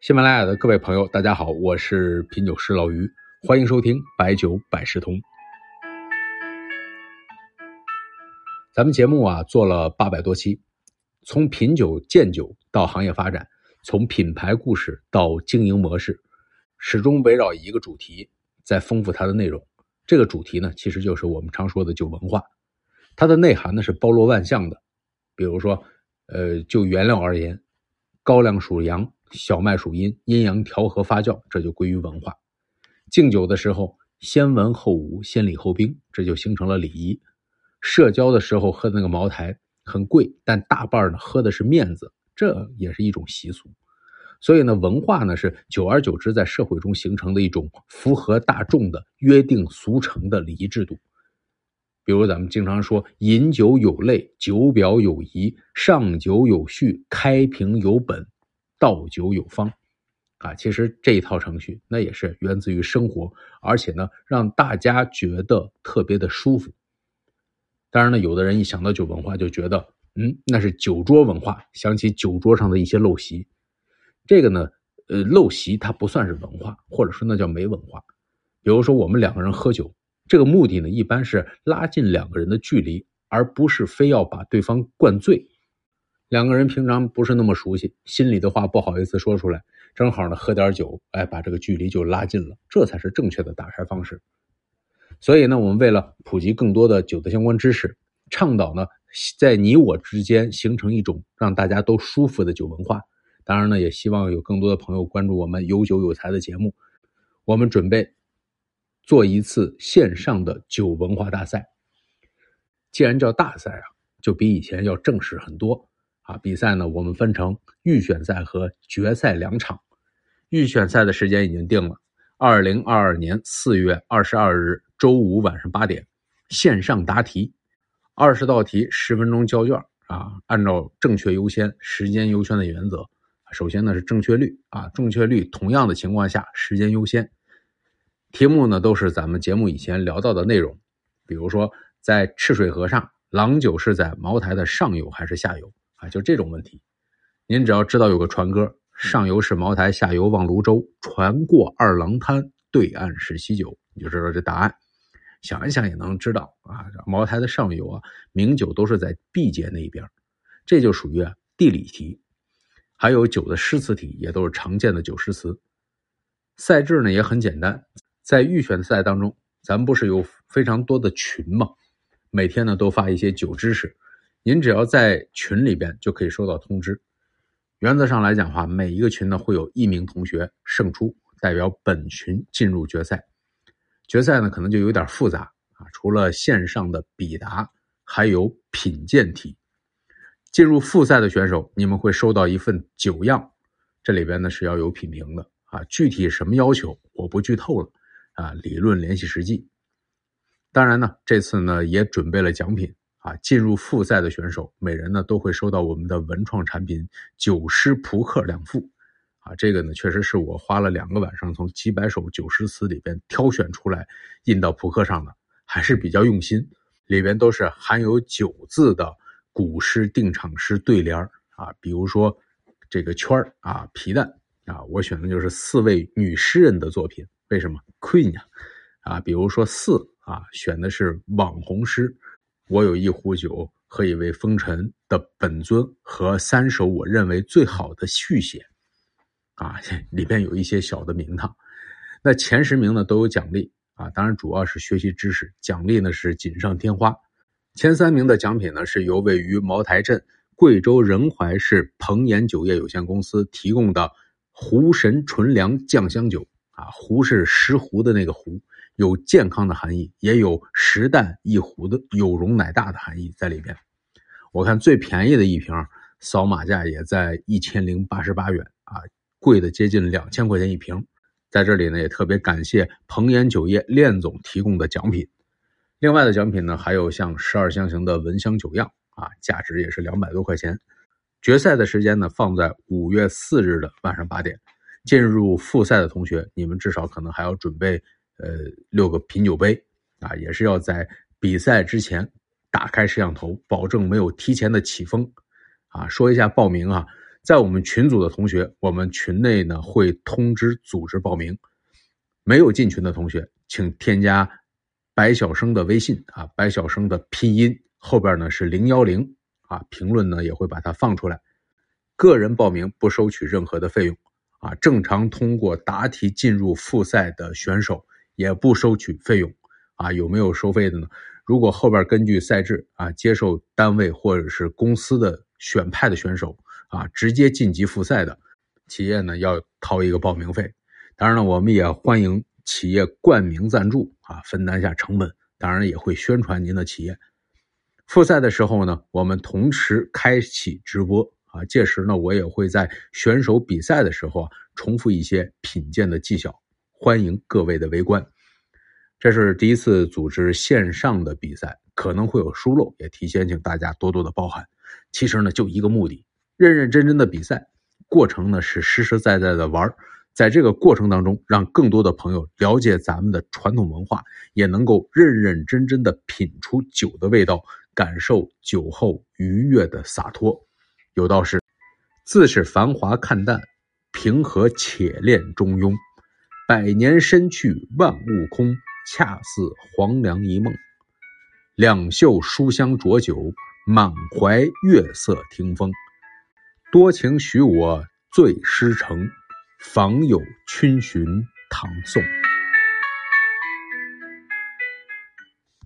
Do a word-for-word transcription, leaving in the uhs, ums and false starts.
喜马拉雅的各位朋友，大家好，我是品酒师老于，欢迎收听白酒百事通。咱们节目啊做了八百多期，从品酒鉴酒到行业发展，从品牌故事到经营模式，始终围绕一个主题在丰富它的内容。这个主题呢，其实就是我们常说的酒文化，它的内涵呢是包罗万象的。比如说呃，就原料而言，高粱属阳，小麦属阴，阴阳调和发酵，这就归于文化。敬酒的时候，先文后武，先礼后兵，这就形成了礼仪。社交的时候喝的那个茅台很贵，但大半呢喝的是面子，这也是一种习俗。所以呢，文化呢是久而久之在社会中形成的一种符合大众的约定俗成的礼仪制度。比如咱们经常说饮酒有类，酒表有仪，上酒有序，开瓶有本，倒酒有方啊，其实这一套程序那也是源自于生活，而且呢让大家觉得特别的舒服。当然呢，有的人一想到酒文化就觉得嗯，那是酒桌文化，想起酒桌上的一些陋习。这个呢呃，陋习它不算是文化，或者说那叫没文化。比如说我们两个人喝酒，这个目的呢一般是拉近两个人的距离，而不是非要把对方灌醉。两个人平常不是那么熟悉，心里的话不好意思说出来，正好呢喝点酒，哎，把这个距离就拉近了，这才是正确的打开方式。所以呢，我们为了普及更多的酒的相关知识，倡导呢在你我之间形成一种让大家都舒服的酒文化。当然呢，也希望有更多的朋友关注我们有酒有才的节目。我们准备做一次线上的酒文化大赛。既然叫大赛啊，就比以前要正式很多啊。比赛呢，我们分成预选赛和决赛两场。预选赛的时间已经定了，二零二二年四月二十二日周五晚上八点，线上答题，二十道题，十分钟交卷啊，按照正确优先、时间优先的原则。首先呢是正确率啊，正确率同样的情况下，时间优先。题目呢都是咱们节目以前聊到的内容，比如说在赤水河上，郎酒是在茅台的上游还是下游啊？就这种问题，您只要知道有个船歌，上游是茅台，下游望泸州，船过二郎滩，对岸是喜酒，你就知道这答案。想一想也能知道啊，茅台的上游啊，名酒都是在毕节那一边，这就属于啊地理题。还有酒的诗词题也都是常见的酒诗词。赛制呢也很简单，在预选赛当中，咱们不是有非常多的群吗？每天呢都发一些酒知识，您只要在群里边就可以收到通知。原则上来讲的话，每一个群呢会有一名同学胜出，代表本群进入决赛。决赛呢可能就有点复杂啊，除了线上的比答，还有品鉴题。进入复赛的选手，你们会收到一份酒样，这里边呢是要有品评的啊，具体什么要求我不剧透了啊，理论联系实际。当然呢，这次呢也准备了奖品啊，进入复赛的选手每人呢都会收到我们的文创产品酒诗扑克两副啊，这个呢确实是我花了两个晚上从几百首酒诗词里边挑选出来印到扑克上的，还是比较用心，里边都是含有酒字的古诗定场诗对联啊，比如说这个圈啊，皮蛋啊，我选的就是四位女诗人的作品，为什么 Queen 呀啊，比如说四啊，选的是网红诗，我有一壶酒，喝一位风尘的本尊和三首我认为最好的续写啊，里边有一些小的名堂。那前十名呢都有奖励啊，当然主要是学习知识，奖励呢是锦上添花。前三名的奖品呢，是由位于茅台镇贵州仁怀市鹏岩酒业有限公司提供的湖神纯粮酱香酒啊，湖是石湖的那个湖，有健康的含义，也有十担一壶的有容乃大的含义在里边。我看最便宜的一瓶扫码价也在一千零八十八元啊，贵的接近两千块钱一瓶。在这里呢，也特别感谢鹏岩酒业练总提供的奖品。另外的奖品呢，还有像十二香型的闻香酒样啊，价值也是两百多块钱。决赛的时间呢，放在五月四日的晚上八点。进入复赛的同学，你们至少可能还要准备呃六个品酒杯啊，也是要在比赛之前打开摄像头，保证没有提前的起风啊。说一下报名啊， 在我们群组的同学，我们群内呢会通知组织报名。没有进群的同学，请添加白晓生的微信啊，白晓生的拼音后边呢是零一零啊，评论呢也会把它放出来。个人报名不收取任何的费用啊，正常通过答题进入复赛的选手也不收取费用啊。有没有收费的呢？如果后边根据赛制啊，接受单位或者是公司的选派的选手啊，直接晋级复赛的企业呢，要掏一个报名费。当然了，我们也欢迎企业冠名赞助啊，分担一下成本，当然也会宣传您的企业。复赛的时候呢，我们同时开启直播啊，届时呢，我也会在选手比赛的时候啊，重复一些品鉴的技巧，欢迎各位的围观。这是第一次组织线上的比赛，可能会有疏漏，也提前请大家多多的包涵。其实呢，就一个目的，认认真真的比赛，过程呢是实实在在的玩，在这个过程当中，让更多的朋友了解咱们的传统文化，也能够认认真真的品出酒的味道，感受酒后愉悦的洒脱。有道是，自是繁华看淡，平和且恋中庸，百年身去万物空，恰似黄粱一梦。两袖书香浊酒，满怀月色听风。多情许我醉诗成，访有逡巡唐宋。